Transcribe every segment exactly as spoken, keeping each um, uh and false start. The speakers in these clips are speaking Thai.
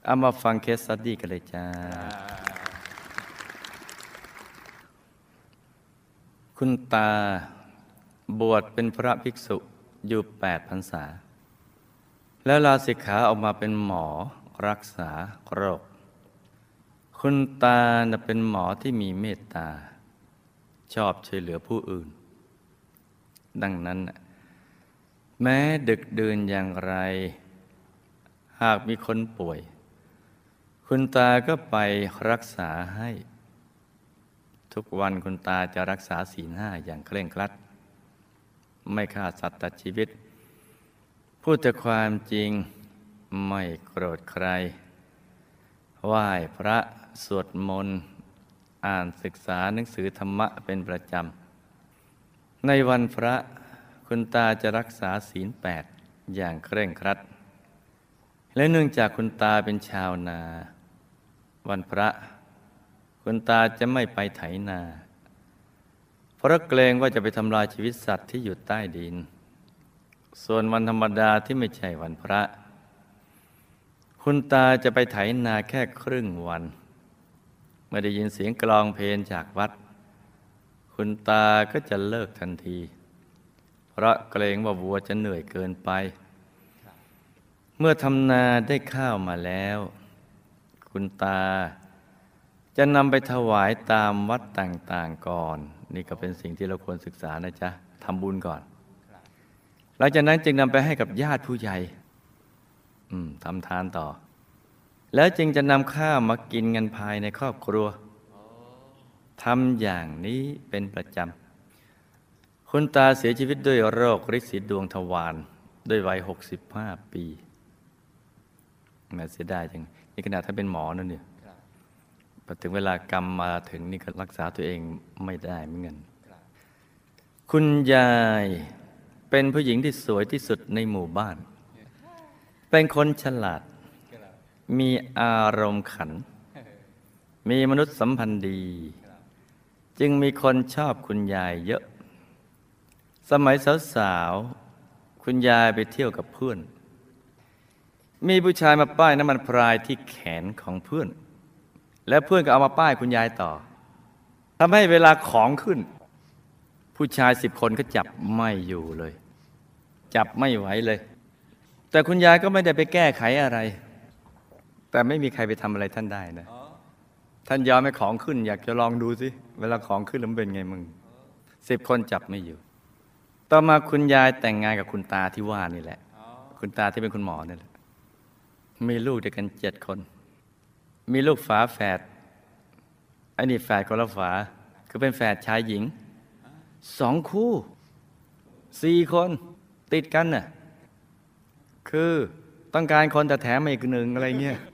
เอามาฟังเคสสตัดดี้กันเลยจ้าคุณตาบวชเป็นพระภิกษุอยู่แปดพรรษาแล้วลาสิกขาออกมาเป็นหมอรักษาโรคคุณตาเป็นหมอที่มีเมตตาชอบช่วยเหลือผู้อื่นดังนั้นแม้ดึกดื่นอย่างไรหากมีคนป่วยคุณตาก็ไปรักษาให้ทุกวันคุณตาจะรักษาศีลห้าอย่างเคร่งครัดไม่ฆ่าสัตว์ตัดชีวิตพูดแต่ความจริงไม่โกรธใครไหว้พระสวดมนต์อ่านศึกษาหนังสือธรรมะเป็นประจำในวันพระคุณตาจะรักษาศีลแปดอย่างเคร่งครัดและเนื่องจากคุณตาเป็นชาวนาวันพระคุณตาจะไม่ไปไถนาเพราะเกรงว่าจะไปทำลายชีวิตสัตว์ที่อยู่ใต้ดินส่วนวันธรรมดาที่ไม่ใช่วันพระคุณตาจะไปไถนาแค่ครึ่งวันเมื่อได้ยินเสียงกลองเพลงจากวัดคุณตาก็จะเลิกทันทีเพราะเกรงว่าวัวจะเหนื่อยเกินไปเมื่อทำนาได้ข้าวมาแล้วคุณตาจะนำไปถวายตามวัดต่างๆก่อนนี่ก็เป็นสิ่งที่เราควรศึกษานะจ๊ะทำบุญก่อนหลังจากนั้นจึงนำไปให้กับญาติผู้ใหญ่อืมทำทานต่อแล้วจึงจะนำข้าวมากินกันภายในครอบครัวทำอย่างนี้เป็นประจำคุณตาเสียชีวิตด้วยโรคฤทธิ์สีดวงทวารด้วยวัยหกสิบห้าปีแม่เสียดายจังนี่ขนาดถ้าเป็นหมอนั่นเนี่ยพอถึงเวลากรรมมาถึงนี่ก็รักษาตัวเองไม่ได้เหมือนกันคุณยายเป็นผู้หญิงที่สวยที่สุดในหมู่บ้านเป็นคนฉลาดมีอารมณ์ขันมีมนุษยสัมพันธ์ดีจึงมีคนชอบคุณยายเยอะสมัยสาวๆคุณยายไปเที่ยวกับเพื่อนมีผู้ชายมาป้ายน้ำมันพรายที่แขนของเพื่อนแล้วเพื่อนก็เอามาป้ายคุณยายต่อทำให้เวลาของขึ้นผู้ชายสิบคนก็จับไม่อยู่เลยจับไม่ไหวเลยแต่คุณยายก็ไม่ได้ไปแก้ไขอะไรแต่ไม่มีใครไปทำอะไรท่านได้นะท่านยอมให้ของขึ้นอยากจะลองดูสิเวลาของขึ้นแล้วมันเป็นไงมึงสิบคนจับไม่อยู่ต่อมาคุณยายแต่งงานกับคุณตาที่ว่านี่แหละคุณตาที่เป็นคุณหมอนี่แหละมีลูกด้วยกันเจ็ดคนมีลูกฝาแฝดไอ้นี่แฝดคนละฝาคือเป็นแฝดชายหญิงสองคู่สี่คนติดกันน่ะคือต้องการคนแต่แถมมาอีกหนึ่งอะไรเงี้ย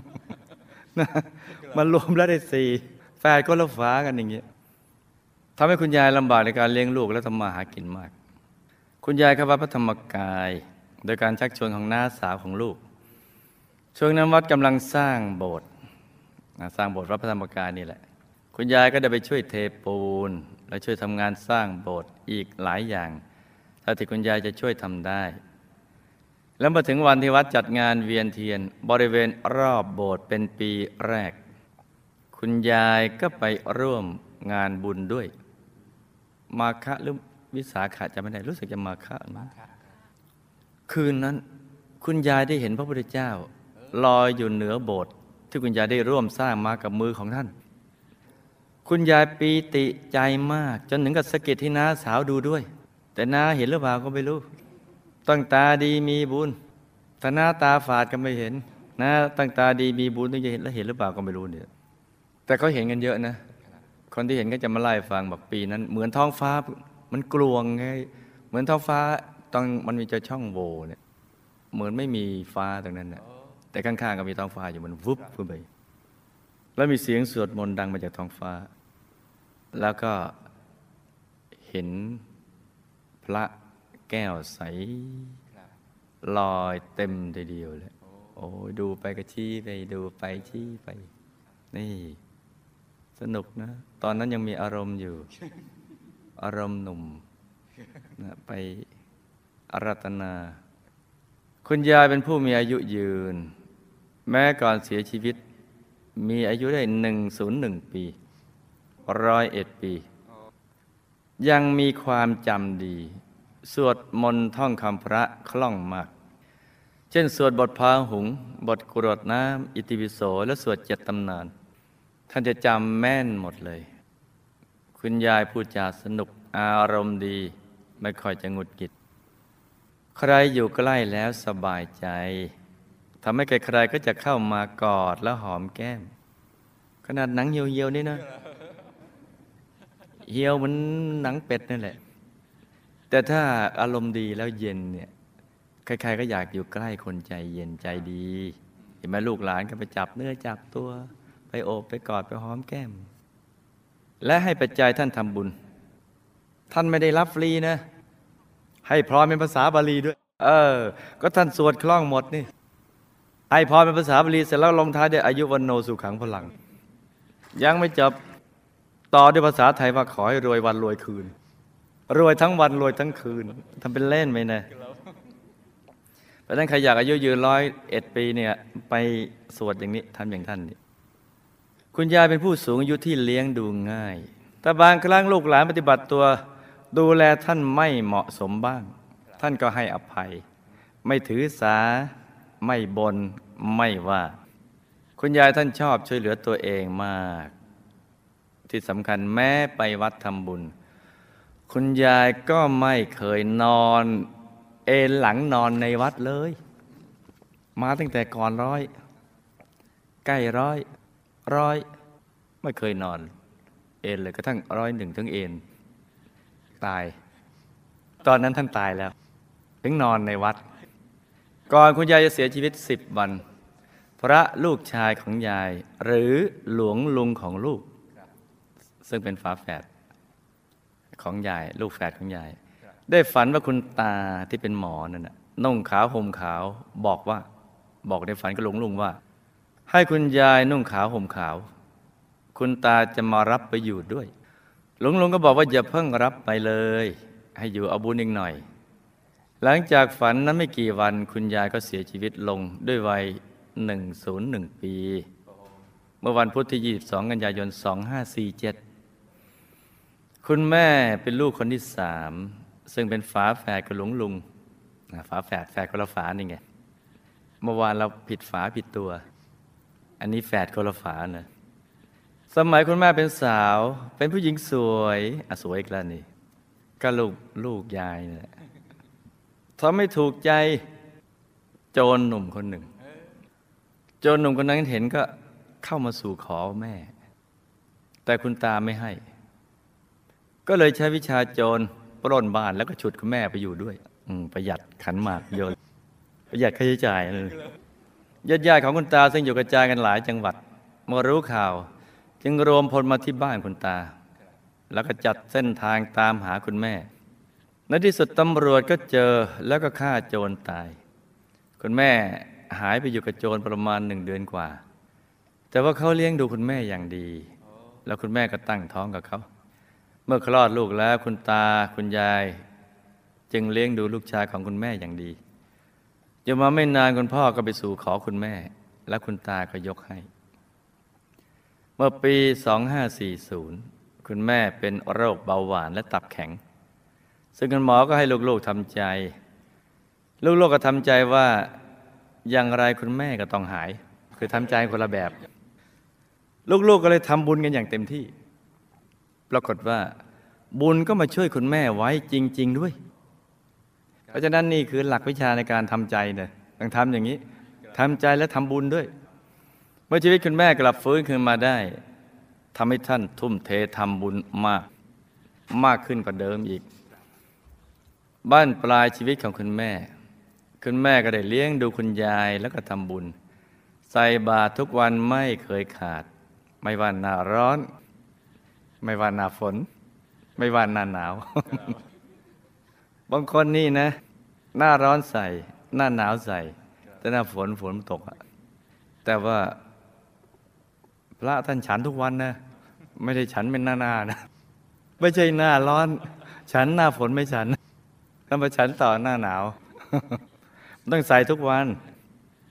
มันรวมแล้วได้สี่แฝดคนละฝากันอย่างเงี้ยทำให้คุณยายลำบากในการเลี้ยงลูกและทำมาหากินมากคุณยายเข้าวัดพระธรรมกายโดยการชักชวนของน้าสาวของลูกช่วงนั้นวัดกำลังสร้างโบสถ์สร้างโบสถ์วัดพระธรรมกายนี่แหละคุณยายก็ได้ไปช่วยเทปูนและช่วยทำงานสร้างโบสถ์อีกหลายอย่างเท่าที่คุณยายจะช่วยทำได้แล้วมาถึงวันที่วัดจัดงานเวียนเทียนบริเวณรอบโบสถ์เป็นปีแรกคุณยายก็ไปร่วมงานบุญด้วยมาฆะหรือวิสาขะจะไม่ได้รู้สึกจะมาฆะนะคืนนั้นคุณยายได้เห็นพระพุทธเจ้าลอยอยู่เหนือโบสถ์ที่คุณยายได้ร่วมสร้างมากับมือของท่านคุณยายปีติใจมากจนถึงกับสะกิดที่น้าสาวดูด้วยแต่น้าเห็นหรือเปล่าก็ไม่รู้ตั้งตาดีมีบุญถ้าหน้าตาฝาดก็ไม่เห็นนะตั้งตาดีมีบุญต้องจะเห็นแล้วเห็นหรือเปล่าก็ไม่รู้เนี่ยแต่เขาเห็นกันเยอะนะคนที่เห็นก็จะมาไล่ฟังบอกปีนั้นเหมือนท้องฟ้ามันกลวงไงเหมือนท้องฟ้าตอนมันมีเจอช่องโหว่เนี่ยเหมือนไม่มีฟ้าตรงนั้นน่ะแต่ข้างๆก็มีท้องฟ้าอยู่มันวุบขึ้นไปแล้วมีเสียงสวดมนต์ดังมาจากท้องฟ้าแล้วก็เห็นพระแก้วใสลอยเต็มทีเดียวเลยโอ้ดูไปก็ชี้ไปดูไปชี้ไปนี่สนุกนะตอนนั้นยังมีอารมณ์อยู่อารมณ์หนุ่มนะไปอาราธนาคุณยายเป็นผู้มีอายุยืนแม้ก่อนเสียชีวิตมีอายุได้หนึ่งศูนย์หนึ่งปีร้อยเอ็ดปียังมีความจำดีสวดมนต์ท่องคำพระคล่องมากเช่นสวดบทพาหุงบทกรวดน้ำอิติปิโสและสวดเจ็ดตำนานท่านจะจำแม่นหมดเลยคุณยายพูดจาสนุกอารมณ์ดีไม่ค่อยจะหงุดหงิดใครอยู่ใกล้แล้วสบายใจทำให้ใครๆก็จะเข้ามากอดแล้วหอมแก้มขนาดหนังเหี่ยวๆนี่นะเหี่ยวเหมือนหนังเป็ดนั่นแหละแต่ถ้าอารมณ์ดีแล้วเย็นเนี่ยใครๆก็อยากอยู่ใกล้คนใจเย็นใจดีเห็นไหมลูกหลานก็ไปจับเนื้อจับตัวไปโอบไปกอดไปหอมแก้มและให้ปัจจัยท่านทำบุญท่านไม่ได้รับฟรีนะให้พรเป็นภาษาบาลีด้วยเออก็ท่านสวดคล่องหมดนี่ให้พรเป็นภาษาบาลีเสร็จแล้วลงท้ายด้วยอายุวันโนสุขังพลังยังไม่จบต่อด้วยภาษาไทยว่าขอให้รวยวันรวยคืนรวยทั้งวันรวยทั้งคืนทำเป็นเล่นไหมนะเพราะฉะนั้นใครอยากอายุยืนร้อยเอ็ดปีเนี่ยไปสวดอย่างนี้ทำอย่างท่านนี่คุณยายเป็นผู้สูงอายุที่เลี้ยงดูง่ายแต่บางครั้งลูกหลานปฏิบัติตัวดูแลท่านไม่เหมาะสมบ้างท่านก็ให้อภัยไม่ถือสาไม่บน่นไม่ว่าคุณยายท่านชอบช่วยเหลือตัวเองมากที่สำคัญแม้ไปวัดทำบุญคุณยายก็ไม่เคยนอนเอนหลังนอนในวัดเลยมาตั้งแต่ก่อนร้อยใกล้ร้อยร้อยไม่เคยนอนเอนเลยกระทั่งร้อยหนึ่งถึงเอนตายตอนนั้นท่านตายแล้วถึงนอนในวัดก่อนคุณยายจะเสียชีวิตสิบวันพระลูกชายของยายหรือหลวงลุงของลูกซึ่งเป็นฝาแฝดของยายลูกแฝดของยายได้ฝันว่าคุณตาที่เป็นหมอนั่นน่ะนุ่งขาวห่มขาวบอกว่าบอกในฝันกับหลวงลุงว่าให้คุณยายนุ่งขาวห่มขาวคุณตาจะมารับไปอยู่ด้วยหลวงลุงก็บอกว่าอย่าเพิ่งรับไปเลยให้อยู่เอาบุญอีกหน่อยหลังจากฝันนั้นไม่กี่วันคุณยายก็เสียชีวิตลงด้วยวัยหนึ่งศูนย์หนึ่งปีเมื่อวันพุธที่ยี่สิบสองกันยายนสองห้าสี่เจ็ดคุณแม่เป็นลูกคนที่สามซึ่งเป็นฝาแฝดกับหลวงลุงฝาแฝดแฝดคนละฝานี่ไงเมื่อวานเราผิดฝาผิดตัวอันนี้แฝดคนละฝานะสมัยคุณแม่เป็นสาวเป็นผู้หญิงสวยอ่ะสวยอีกแล้วนี่ก็ลูกลูกยายนี่แหละทำไม่ถูกใจโจรหนุ่มคนหนึ่งโจรหนุ่มคนนั้นเห็นก็เข้ามาสู่ขอแม่แต่คุณตาไม่ให้ก็เลยใช้วิชาโจรปล้นบ้านแล้วก็ฉุดคุณแม่ไปอยู่ด้วยประหยัดขันหมากโยนประหยัดค่าใช้จ่ายเลยญาติๆของคุณตาซึ่งอยู่กระจายกันหลายจังหวัดเมื่อรู้ข่าวจึงรวมพลมาที่บ้านคุณตาแล้วก็จัดเส้นทางตามหาคุณแม่ในที่สุดตำรวจก็เจอแล้วก็ฆ่าโจรตายคุณแม่หายไปอยู่กับโจรประมาณหนึ่งเดือนกว่าแต่ว่าเขาเลี้ยงดูคุณแม่อย่างดีแล้วคุณแม่ก็ตั้งท้องกับเขาเมื่อคลอดลูกแล้วคุณตาคุณยายจึงเลี้ยงดูลูกชายของคุณแม่อย่างดีอยู่มาไม่นานคุณพ่อก็ไปสู่ขอคุณแม่และคุณตาก็ยกให้เมื่อปีสองห้าสี่ศูนย์คุณแม่เป็นโรคเบาหวานและตับแข็งซึ่งคุณหมอก็ให้ลูกๆทำใจลูกๆก็ทำใจว่าอย่างไรคุณแม่ก็ต้องหายคือทำใจคนละแบบลูกๆก็เลยทำบุญกันอย่างเต็มที่ปรากฏว่าบุญก็มาช่วยคุณแม่ไว้จริงๆด้วยเพราะฉะนั้นนี่คือหลักวิชาในการทำใจเนี่ยต้องทำอย่างนี้ทำใจและทำบุญด้วยเมื่อชีวิตคุณแม่กลับฟื้นขึ้นมาได้ทำให้ท่านทุ่มเททำบุญมากมากขึ้นกว่าเดิมอีกบ้านปลายชีวิตของคุณแม่คุณแม่ก็ได้เลี้ยงดูคุณยายแล้วก็ทำบุญใส่บาตรทุกวันไม่เคยขาดไม่ว่าหน้าร้อนไม่ว่าหน้าฝนไม่ว่าหน้าหนาว บางคนนี่นะหน้าร้อนใส่หน้าหนาวใส่แต่หน้าฝนฝนตกแต่ว่าพระท่านฉันทุกวันนะไม่ได้ฉันเป็นหน้าหน้านะไม่ใช่หน้าร้อนฉันหน้าฝนไม่ฉันต้องมาฉันต่อหน้าหนาวต้องใส่ทุกวัน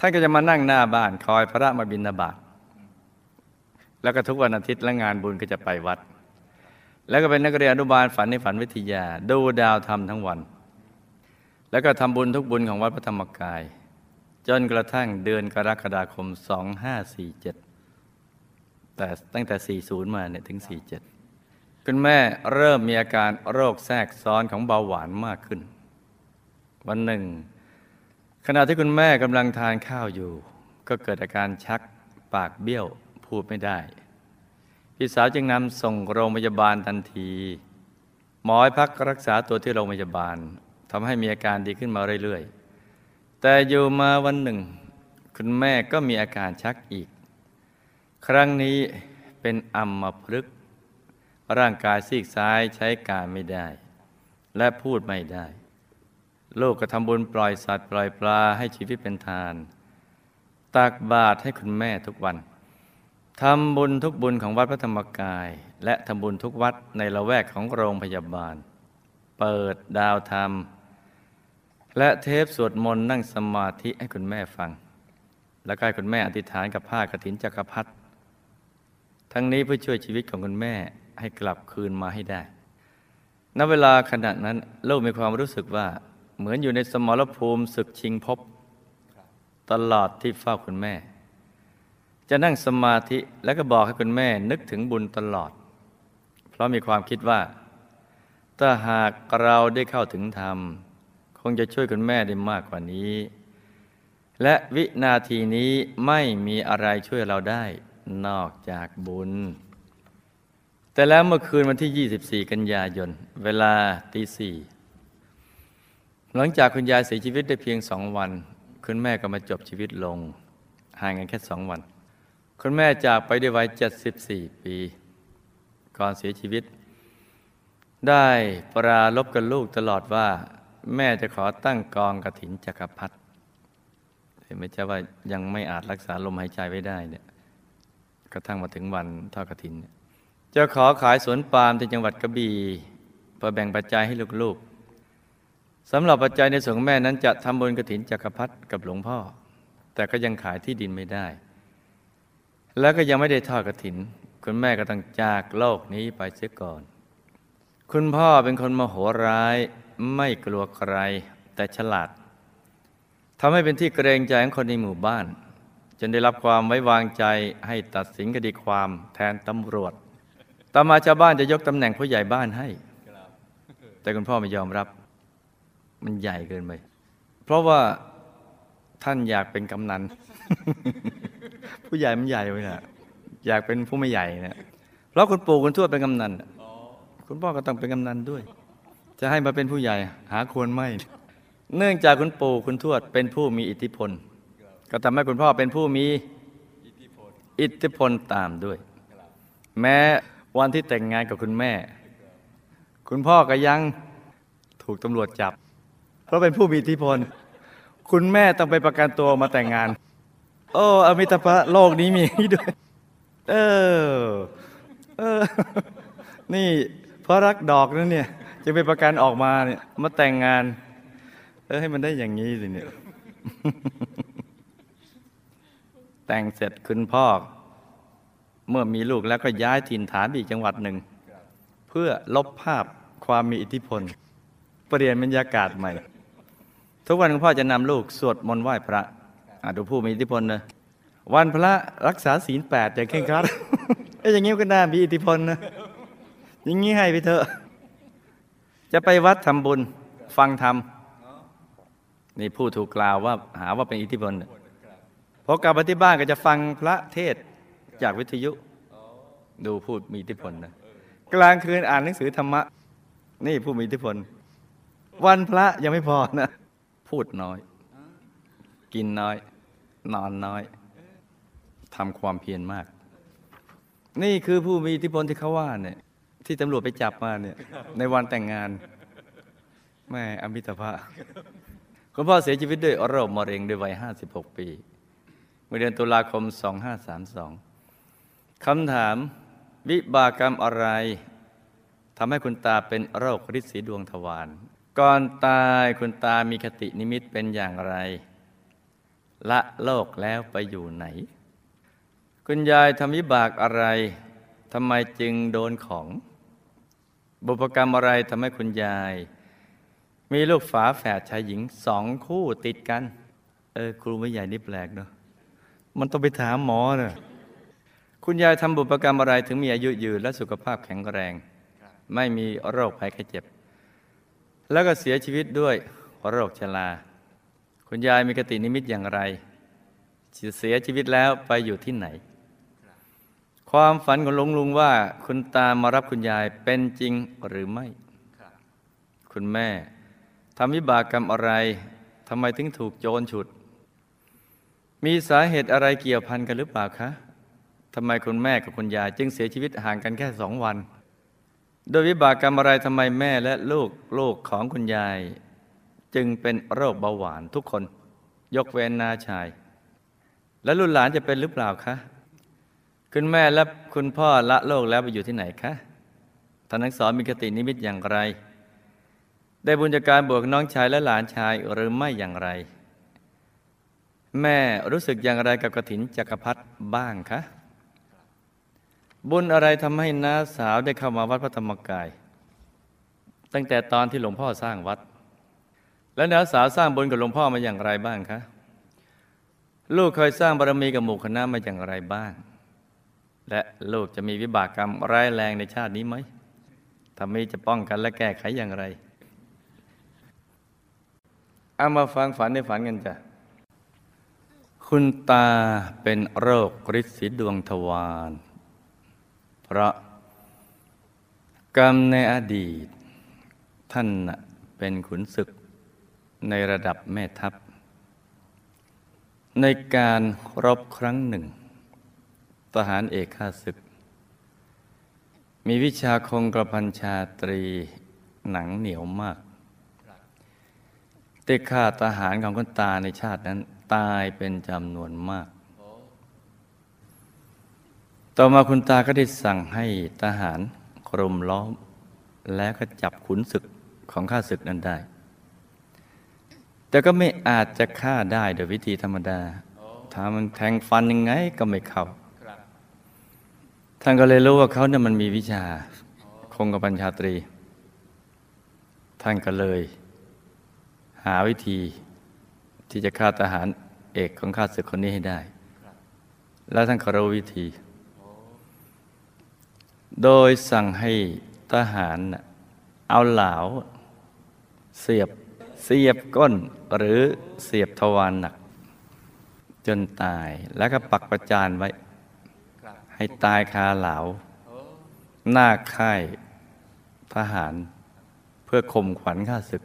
ท่านก็จะมานั่งหน้าบ้านคอยพระมาบิณฑบาตแล้วก็ทุกวันอาทิตย์และงานบุญก็จะไปวัดแล้วก็เป็นนักเรียนอนุบาลฝันในฝันวิทยาดูดาวธรรมทั้งวันแล้วก็ทำบุญทุกบุญของวัดพระธรรมกายจนกระทั่งเดือนกรกฎาคมสองพันห้าร้อยสี่สิบเจ็ดแต่ตั้งแต่สี่สิบมาเนี่ยถึงสี่สิบเจ็ดคุณแม่เริ่มมีอาการโรคแทรกซ้อนของเบาหวานมากขึ้นวันหนึ่งขณะที่คุณแม่กำลังทานข้าวอยู่ก็เกิดอาการชักปากเบี้ยวพูดไม่ได้พี่สาวจึงนำส่งโรงพยาบาลทันทีหมอให้พักรักษาตัวที่โรงพยาบาลทำให้มีอาการดีขึ้นมาเรื่อยๆแต่อยู่มาวันหนึ่งคุณแม่ก็มีอาการชักอีกครั้งนี้เป็นอัมพฤกษ์ร่างกายซีกซ้ายใช้การไม่ได้และพูดไม่ได้ลูกก็ทำบุญปล่อยสัตว์ปล่อยปลาให้ชีวิตเป็นทานตักบาตรให้คุณแม่ทุกวันทำบุญทุกบุญของวัดพระธรรมกายและทำบุญทุกวัดในละแวกของโรงพยาบาลเปิดดาวธรรมและเทปสวดมนต์นั่งสมาธิให้คุณแม่ฟังแล้วก็ให้คุณแม่อธิษฐานกับผ้ากฐินจักรพรรดิทั้งนี้เพื่อช่วยชีวิตของคุณแม่ให้กลับคืนมาให้ได้ณเวลาขณะนั้นลูกมีความรู้สึกว่าเหมือนอยู่ในสมรภูมิศึกชิงภพตลอดที่เฝ้าคุณแม่จะนั่งสมาธิแล้วก็บอกให้คุณแม่นึกถึงบุญตลอดเพราะมีความคิดว่าถ้าหากเราได้เข้าถึงธรรมคงจะช่วยคุณแม่ได้มากกว่านี้และวินาทีนี้ไม่มีอะไรช่วยเราได้นอกจากบุญแต่แล้วเมื่อคืนวันที่ยี่สิบสี่กันยายนเวลาตีสี่หลังจากคุณยายเสียชีวิตได้เพียงสองวันคุณแม่ก็มาจบชีวิตลงห่างกันแค่สองวันคุณแม่จากไปด้วยวัยเจ็ดสิบสี่ปีก่อนเสียชีวิตได้ปรารภกับลูกตลอดว่าแม่จะขอตั้งกองกฐินจักรพรรดิเห็นไหมจ๊ะว่ายังไม่อาจรักษาลมหายใจไว้ได้เนี่ยกระทั่งมาถึงวันทอดกฐินจะขอขายสวนปาล์มที่จังหวัดกระบี่เพื่อแบ่งปัจจัยให้ลูกๆสำหรับปัจจัยในส่วนของแม่นั้นจะทำบุญกฐินจักรพรรดิกับหลวงพ่อแต่ก็ยังขายที่ดินไม่ได้แล้วก็ยังไม่ได้ทอดกฐินคุณแม่ก็ต้องจากโลกนี้ไปเสียก่อนคุณพ่อเป็นคนโมโหร้ายไม่กลัวใครแต่ฉลาดทำให้เป็นที่เกรงใจของคนในหมู่บ้านจนได้รับความไว้วางใจให้ตัดสินคดีความแทนตำรวจต่อมาชาวบ้านจะยกตำแหน่งผู้ใหญ่บ้านให้แต่คุณพ่อไม่ยอมรับมันใหญ่เกินไปเพราะว่าท่านอยากเป็นกำนัน ผู้ใหญ่มันใหญ่ไปนะอยากเป็นผู้ไม่ใหญ่นะเพราะคุณปู่คุณทวดเป็นกำนันคุณพ่อก็ต้องเป็นกำนันด้วยจะให้มาเป็นผู้ใหญ่หาควรไม่เนื่องจากคุณปู่คุณทวดเป็นผู้มีอิทธิพลก็ทำให้คุณพ่อเป็นผู้มีอิทธิพลตามด้วยแม้วันที่แต่งงานกับคุณแม่คุณพ่อก็ยังถูกตำรวจจับเพราะเป็นผู้มีอิทธิพลคุณแม่ต้องไปประกันตัวมาแต่งงานโอ้อมิตภะโลกนี้มีนี่ด้วยเออเออนี่เพราะรักดอกนั่นเนี่ยจะไปประกันออกมาเนี่ยมาแต่งงานเออให้มันได้อย่างนี้สิเนี่ย แต่งเสร็จคุณพ่อเมื่อมีลูกแล้วก็ย้ายถิ่นฐานไปอีกจังหวัดหนึ่งเพื่อลบภาพความมีอิทธิพลเปลี่ยนบรรยากาศใหม่ทุกวันคุณพ่อจะนำลูกสวดมนต์ไหว้พระดูผู้มีอิทธิพลนะวันพระรักษาศีลแปดอย่างเคร่งครัด ไอ้อย่างงี้ก็น่ามีอิทธิพลนะอย่างงี้ให้ไปเถอะจะไปวัดทำบุญฟังธรรมนี่ผู้ถูกกล่าวว่าหาว่าเป็นอิทธิพลพอกลับมาที่บ้านก็จะฟังพระเทศจากวิทยุดูพูดมีอิทธิพลนะกลางคืนอ่านหนังสือธรรมะนี่ผู้มีอิทธิพลวันพระยังไม่พอนะพูดน้อยกินน้อยนอนน้อยทำความเพียรมากนี่คือผู้มีอิทธิพลที่เขาว่าเนี่ยที่ตำรวจไปจับมาเนี่ยในวันแต่งงานแม่อมิตภะคุณพ่อเสียชีวิตด้วยโรคมะเร็งด้วยวัยห้าสิบหกปีเมื่อเดือนตุลาคมสองพันห้าร้อยสามสิบสองคำถามวิบากกรรมอะไรทำให้คุณตาเป็นโรคฤทธิ์สีดวงทวารก่อนตายคุณตามีคตินิมิตเป็นอย่างไรละโลกแล้วไปอยู่ไหนคุณยายทำวิบากอะไรทำไมจึงโดนของบุพกรรมอะไรทำให้คุณยายมีลูกฝาแฝดชายหญิงสองคู่ติดกันเออครูไม่ใหญ่นี่แปลกเนาะมันต้องไปถามหมอเนอะคุณยายทำบุพกรรมอะไรถึงมีอายุยืนและสุขภาพแข็งแรงไม่มีโรคภัยไข้เจ็บแล้วก็เสียชีวิตด้วยโรคชราคุณยายมีคตินิมิตอย่างไรเสียชีวิตแล้วไปอยู่ที่ไหนความฝันของลุงลุงว่าคุณตามารับคุณยายเป็นจริงหรือไม่คุณแม่ทำวิบากกรรมอะไรทำไมถึงถูกโจรฉุดมีสาเหตุอะไรเกี่ยวพันกันหรือเปล่าคะทำไมคุณแม่กับคุณยายจึงเสียชีวิตห่างกันแค่สองวันโดยวิบากกรรมอะไรทำไมแม่และลูกลูกของคุณยายจึงเป็นโรคเบาหวานทุกคนยกเว้นน้าชายและรุ่นหลานจะเป็นหรือเปล่าคะคุณแม่และคุณพ่อละโลกแล้วไปอยู่ที่ไหนคะท่านทั้งสองมีคตินิมิตอย่างไรได้บุญจากการบวชน้องชายและหลานชายหรือไม่อย่างไรแม่รู้สึกอย่างไรกับกฐินจักรพรรดิบ้างคะบุญอะไรทำให้น้าสาวได้เข้ามาวัดพระธรรมกายตั้งแต่ตอนที่หลวงพ่อสร้างวัดและน้าสาวสร้างบุญกับหลวงพ่อมาอย่างไรบ้างคะลูกเคยสร้างบารมีกับหมู่คณะมาอย่างไรบ้างและลูกจะมีวิบากกรรมร้ายแรงในชาตินี้ไหมถ้ามีจะป้องกันและแก้ไขอย่างไรเอามาฟังฝันในฝันกันจ้ะคุณตาเป็นโรคฤทธิ์สีดวงทวารเพราะกรรมในอดีตท่านเป็นขุนศึกในระดับแม่ทัพในการรบครั้งหนึ่งทหารเอกข้าศึกมีวิชาคงกระพันชาตรีหนังเหนียวมากได้ฆ่าทหารของคุณตาในชาตินั้นตายเป็นจำนวนมากต่อมาคุณตาก็ได้สั่งให้ทหารรุมล้อมแล้วก็จับขุนศึกของข้าศึกนั้นได้แต่ก็ไม่อาจจะฆ่าได้โดยวิธีธรรมดาถ้ามันแทงฟันยังไงก็ไม่เข้าท่านก็เลยรู้ว่าเขาเนี่ยมันมีวิชาคงกระพันชาตรีท่านก็เลยหาวิธีที่จะฆ่าทหารเอกของข้าศึกคนนี้ให้ได้แล้วท่านก็รู้วิธีโดยสั่งให้ทหารเอาเหลาเสียบเสียบก้นหรือเสียบทวารหนักจนตายแล้วก็ปักประจานไว้ให้ตายคาเหลาหน้าค่ายทหารเพื่อข่มขวัญข้าศึก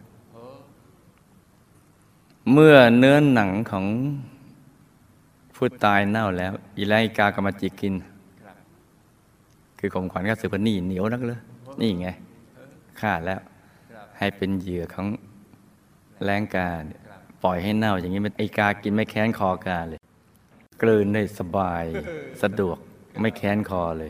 เมื่อเนื้อหนังของผู้ตายเน่าแล้วอีไลกากรรมจิกกินคือข่มขวัญข้าศึกว่านี่เหนียวนักเลยนี่ไงฆ่าแล้วให้เป็นเหยื่อของแรงกาปล่อยให้เน่าอย่างนี้มันไอกากินไม่แค้นคอกาเลยกลืนได้สบายสะดวกไม่แค้นคอเลย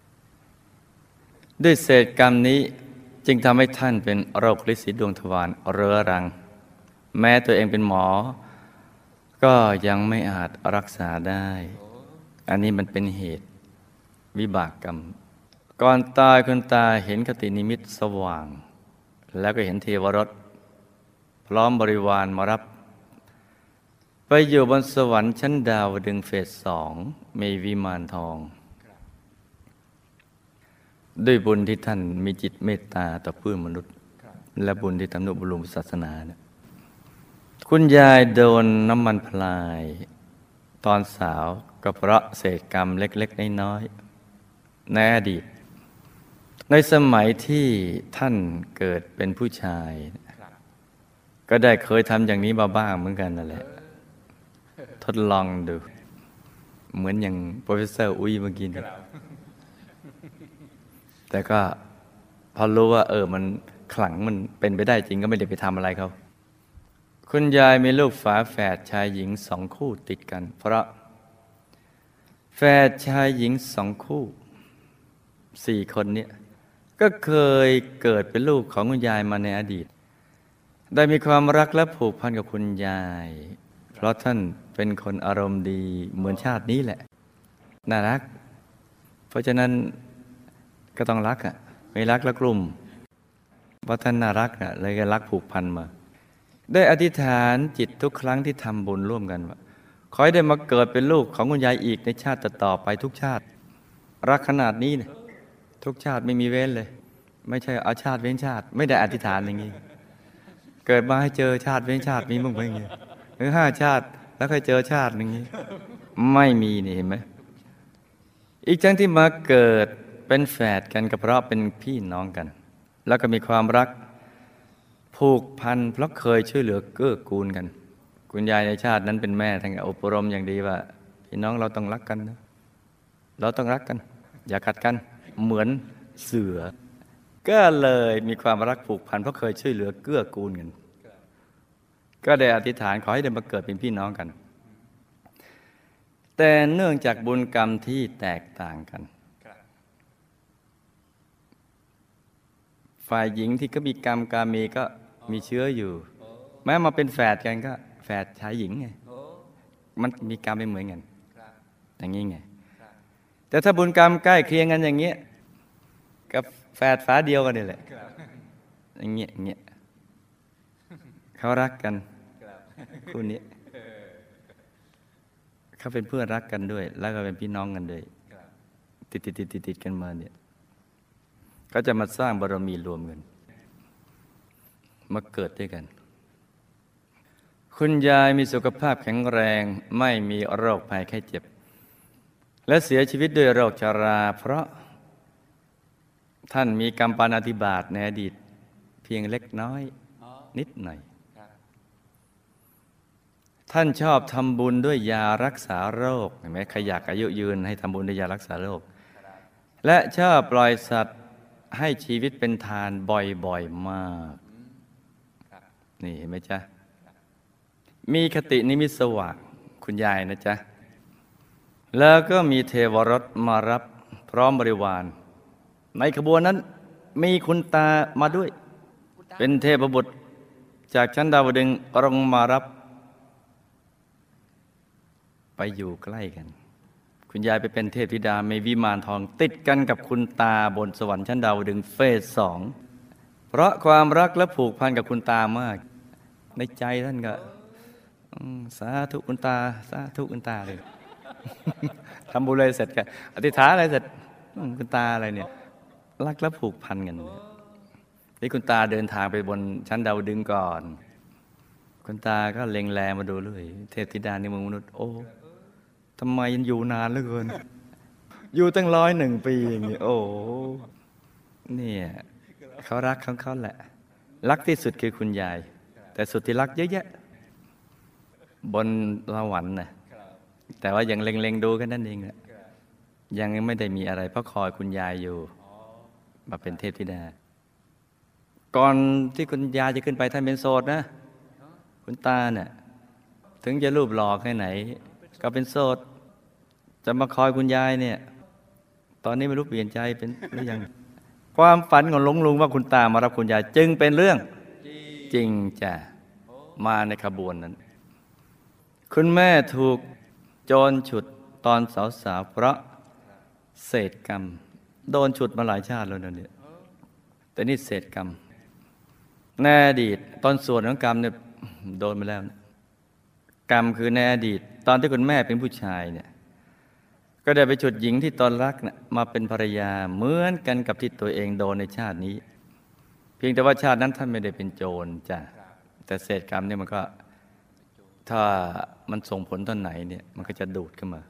ด้วยเศษกรรมนี้จึงทำให้ท่านเป็นโรคฤทธิ์สีดวงทวารเรื้อรังแม้ตัวเองเป็นหมอก็ยังไม่อาจรักษาได้อันนี้มันเป็นเหตุวิบากกรรมก่อนตายคุณตาเห็นคตินิมิตสว่างแล้วก็เห็นเทวรสพร้อมบริวารมารับไปอยู่บนสวรรค์ชั้นดาวดึงส์เฟสสองมีวิมานทองด้วยบุญที่ท่านมีจิตเมตตาต่อเพื่อนมนุษย์และบุญที่ทำนุบำรุงศาสนาเนี่ยคุณยายโดนน้ำมันพลายตอนสาวก็เพราะเศษกรรมเล็กๆน้อยๆในอดีตในสมัยที่ท่านเกิดเป็นผู้ชายก็ได้เคยทำอย่างนี้มาบ้างเหมือนกันนั่นแหละทดลองดูเหมือนอย่างโปรเฟสเซอร์อุ้ยเมื่อกี้นี่แต่ก็พอรู้ว่าเออมันขลังมันเป็นไปได้จริงก็ไม่ได้ไปทำอะไรเขาคุณยายมีลูกฝาแฝดชายหญิงสองคู่ติดกันเพราะแฝดชายหญิงสองคู่สี่คนเนี้ยก็เคยเกิดเป็นลูกของคุณยายมาในอดีตได้มีความรักและผูกพันกับคุณยายเพราะท่านเป็นคนอารมณ์ดีเหมือนชาตินี้แหละน่ารักเพราะฉะนั้นก็ต้องรักอ่ะไม่รักแล้วกลุ่มเพราะท่านน่ารักอ่ะเลยก็รักผูกพันมาได้อธิษฐานจิตทุกครั้งที่ทำบุญร่วมกันว่าขอให้ได้มาเกิดเป็นลูกของคุณยายอีกในชาติต่อไปทุกชาติรักขนาดนี้เนี่ยทุกชาติไม่มีเว้นเลยไม่ใช่เอาชาติเว้นชาติไม่ได้อธิษฐานอย่างนี้เกิดมาให้เจอชาติเว้นชาติมีมั้งไหมอย่างนี้หรือห้าชาติแล้วค่อยเจอชาติอย่างนี้ไม่มีนี่เห็นไหมอีกทั้งที่มาเกิดเป็นแฝดกันก็เพราะเป็นพี่น้องกันแล้วก็มีความรักผูกพันเพราะเคยช่วยเหลือเกื้อกูลกันคุณยายในชาตินั้นเป็นแม่ท่านอบรมอย่างดีว่าพี่น้องเราต้องรักกันนะเราต้องรักกันอย่าขัดกันเหมือนเสือก็เลยมีความรักผูกพันเพราะเคยช่วยเหลือเกื้อกูลกันก็ได้อธิษฐานขอให้ได้มาเกิดเป็นพี่น้องกันแต่เนื่องจากบุญกรรมที่แตกต่างกันฝ่ายหญิงที่ก็มีกรรมกาเมก็มีเชื้ออยู่แม้มาเป็นแฝดกันก็แฝดชายหญิงไงมันมีกรรมไม่เหมือนกันอย่างนี้ไงแต่ถ้าบุญกรรมใกล้เคียงกันอย่างเงี้ยกับแฝดฝาเดียวกันนี่แหละอย่างเงี้ยอย่างเงี้ยเขารักกันคู่นี้เขาเป็นเพื่อนรักกันด้วยแล้วก็เป็นพี่น้องกันด้วยติดติดติดติดติดกันมาเนี่ยก็จะมาสร้างบารมีรวมกันมาเกิดด้วยกันคุณยายมีสุขภาพแข็งแรงไม่มีโรคภัยไข้เจ็บและเสียชีวิตด้วยโรคชราเพราะท่านมีกรรมปาณาธิบาตในอดีตเพียงเล็กน้อยนิดหน่อยท่านชอบทำบุญด้วยยารักษาโรคเห็นไหมใครอยากอายุยืนให้ทำบุญด้วยยารักษาโรคและชอบปล่อยสัตว์ให้ชีวิตเป็นทานบ่อยๆมากนี่เห็นไหมจ๊ะมีคตินิมิตสว่างคุณยายนะจ๊ะแล้วก็มีเทวรสมารับพร้อมบริวารในขบวนนั้นมีคุณตามาด้วยเป็นเทพบุตรจากชั้นดาวดึงส์ลงมารับไปอยู่ใกล้กันคุณยายไปเป็นเทพธิดาในวิมานทองติดกันกับคุณตาบนสวรรค์ชั้นดาวดึงส์เฟสสองเพราะความรักและผูกพันกับคุณตามากในใจท่านก็สาธุคุณตาสาธุคุณตาเลยทำบุญอะไรเสร็จกันอธิษฐานอะไรเสร็จคุณตาอะไรเนี่ยรักและผูกพันกันนี่คุณตาเดินทางไปบนชั้นดาวดึงส์ก่อนคุณตาก็เล็งแลมาดูเลยเทพธิดาในเมืองมนุษย์โอ้ทำไมยังอยู่นานเหลือเกินอยู่ตั้งร้อยหนึ่งปีอย่างนี้โอ้เนี่ยเขารักของเขาแหละรักที่สุดคือคุณยายแต่สุดที่รักเยอะแยะบนสวรรค์นะแต่ว่ายังเล็งๆดูกันนั่นเองแหละยังไม่ได้มีอะไรเพราะคอยคุณยายอยู่มาเป็นเทพธิดาก่อนที่คุณยายจะขึ้นไปท่านเป็นโสดนะคุณตาเนี่ยถึงจะรูปหล่อแค่ไหนก็เป็นโสดจะมาคอยคุณยายเนี่ยตอนนี้ไม่รู้เปลี่ยนใจเป็นหรือยังความฝันของหลวงลุงว่าคุณตามารับคุณยายจึงเป็นเรื่องจริงจ้ะมาในขบวนนั้นคุณแม่ถูกโจรฉุดตอนสาวๆเพราะเศษกรรมโดนฉุดมาหลายชาติแล้วเนี่ยแต่นี่เศษกรรมในอดีตตอนส่วนของกรรมเนี่ยโดนมาแล้วนะกรรมคือในอดีตตอนที่คุณแม่เป็นผู้ชายเนี่ยก็ได้ไปฉุดหญิงที่ตนรักนะมาเป็นภรรยาเหมือนกันกับที่ตัวเองโดนในชาตินี้เพียงแต่ว่าชาตินั้นท่านไม่ได้เป็นโจรจ้ะแต่เศษกรรมเนี่ยมันก็ถ้ามันส่งผลตอนไหนเนี่ยมันก็จะดูดขึ้นมา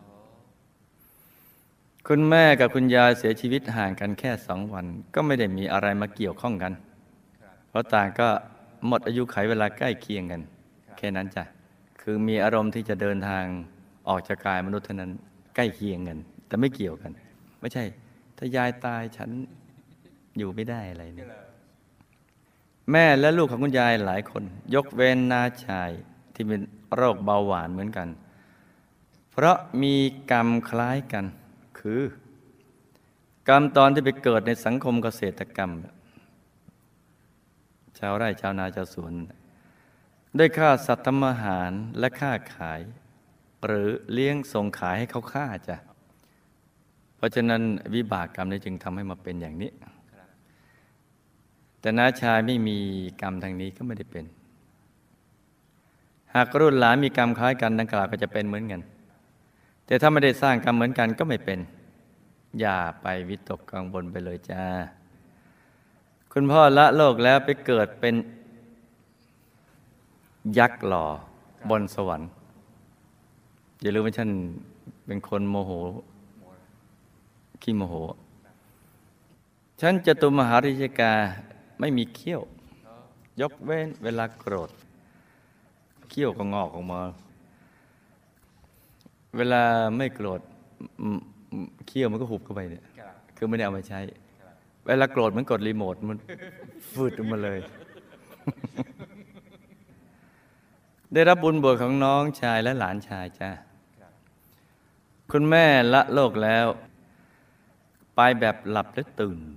คุณแม่กับคุณยายเสียชีวิตห่างกันแค่สองวันก็ไม่ได้มีอะไรมาเกี่ยวข้องกันเพราะต่างก็หมดอายุขัยเวลาใกล้เคียงกันแค่นั้นจ้ะคือมีอารมณ์ที่จะเดินทางออกจากกายมนุษย์เท่านั้นใกล้เคียงกันแต่ไม่เกี่ยวกันไม่ใช่ถ้ายายตายฉันอยู่ไม่ได้อะไรเนี่ยแม่และลูกของคุณยายหลายคนยกเว้นน้าชายที่เป็นโรคเบาหวานเหมือนกันเพราะมีกรรมคล้ายกันคือกรรมตอนที่ไปเกิดในสังคมเกษตรกรรมชาวไร่ชาวนาชาวสวนได้ฆ่าสัตว์ทำอาหารและฆ่าขาย หรือเลี้ยงส่งขายให้เขาฆ่าจ้ะเพราะฉะนั้นวิบากกรรมนี้จึงทำให้มาเป็นอย่างนี้แต่น้าชายไม่มีกรรมทางนี้ก็ไม่ได้เป็นหากรุ่นหลานมีกรรมคล้ายกันดังกล่าวก็จะเป็นเหมือนกันแต่ถ้าไม่ได้สร้างกรรมเหมือนกันก็ไม่เป็นอย่าไปวิตกกังวลไปเลยจ้าคุณพ่อละโลกแล้วไปเกิดเป็นยักษ์หล่อบนสวรรค์อย่าลืมว่าท่านเป็นคนโมโหขี้โมโหฉันจตุมหาราชิกาไม่มีเขี้ยวยกเว้นเวลาโกรธเขี้ยวก็งอกออกมาเวลาไม่โกรธเขี้ยวมันก็หุบเข้าไปเนี่ยคือไม่ได้เอามาใช้เวลาโกรธมันกดรีโมทมันฟืดออกมาเลย ได้รับบุญบวชของน้องชายและหลานชายจ้าคุณแม่ละโลกแล้วไปแบบหลับและตื่น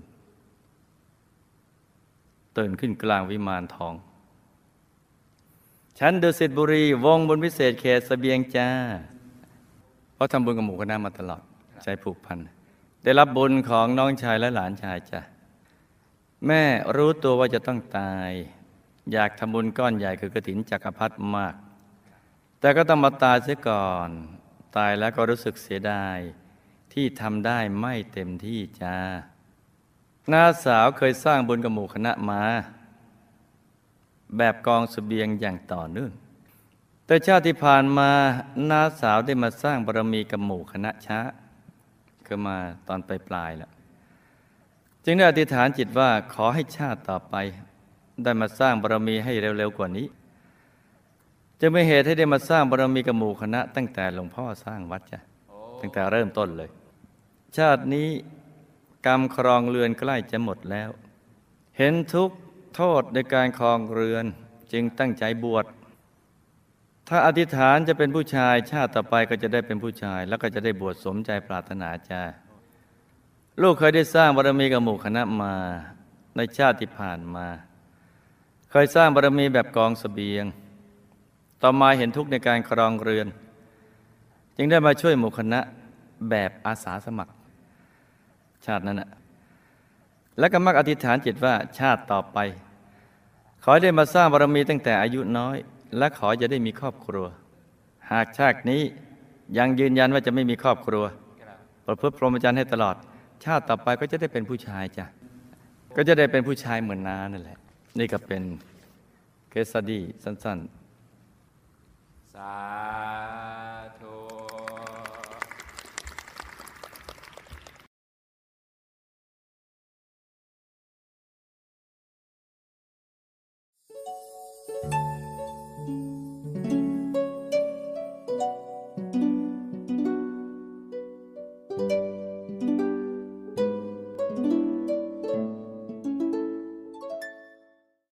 ตื่นขึ้นกลางวิมานทองชั้นดุสิตบุรีวงบุญพิเศษเขตเสบียงจ้าเพราะทำบุญกับหมู่คณะมาตลอดใจผูกพันได้รับบุญของน้องชายและหลานชายจ้าแม่รู้ตัวว่าจะต้องตายอยากทำบุญก้อนใหญ่คือกฐินจักรพรรดิมากแต่ก็ต้องมาตายเสียก่อนตายแล้วก็รู้สึกเสียดายที่ทำได้ไม่เต็มที่จ้าน้าสาวเคยสร้างบุญกับหมู่คณะมาแบบกองเสบียงอย่างต่อเนื่องแต่ชาติที่ผ่านมาน้าสาวได้มาสร้างบารมีกับหมู่คณะช้าคือมาตอนปลายๆแล้วจึงได้อธิษฐานจิตว่าขอให้ชาติต่อไปได้มาสร้างบารมีให้เร็วๆกว่านี้จะไม่เหตุให้ได้มาสร้างบารมีกับหมู่คณะตั้งแต่หลวงพ่อสร้างวัดจ้ะตั้งแต่เริ่มต้นเลยชาตินี้กรรมครองเรือนใกล้จะหมดแล้วเห็นทุกข์โทษในการครองเรือนจึงตั้งใจบวชถ้าอธิษฐานจะเป็นผู้ชายชาติต่อไปก็จะได้เป็นผู้ชายแล้วก็จะได้บวชสมใจปรารถนาจ้าลูกเคยได้สร้างบารมีกับหมู่คณะมาในชาติที่ผ่านมาเคยสร้างบารมีแบบกองเสบียงต่อมาเห็นทุกข์ในการครองเรือนจึงได้มาช่วยหมู่คณะแบบอาสาสมัครชาตินั้นนะและก็มักอธิษฐานจิตว่าชาติต่อไปขอให้ได้มาสร้างบารมีตั้งแต่อายุน้อยและขอจะได้มีครอบครัวหากชาตินี้ยังยืนยันว่าจะไม่มีครอบครัวประพฤติพรหมจรรย์ให้ตลอดชาติต่อไปก็จะได้เป็นผู้ชายจ้ะก็จะได้เป็นผู้ชายเหมือนน้านั่นแหละนี่ก็เป็นเคสสตี้สั้นๆสาธุ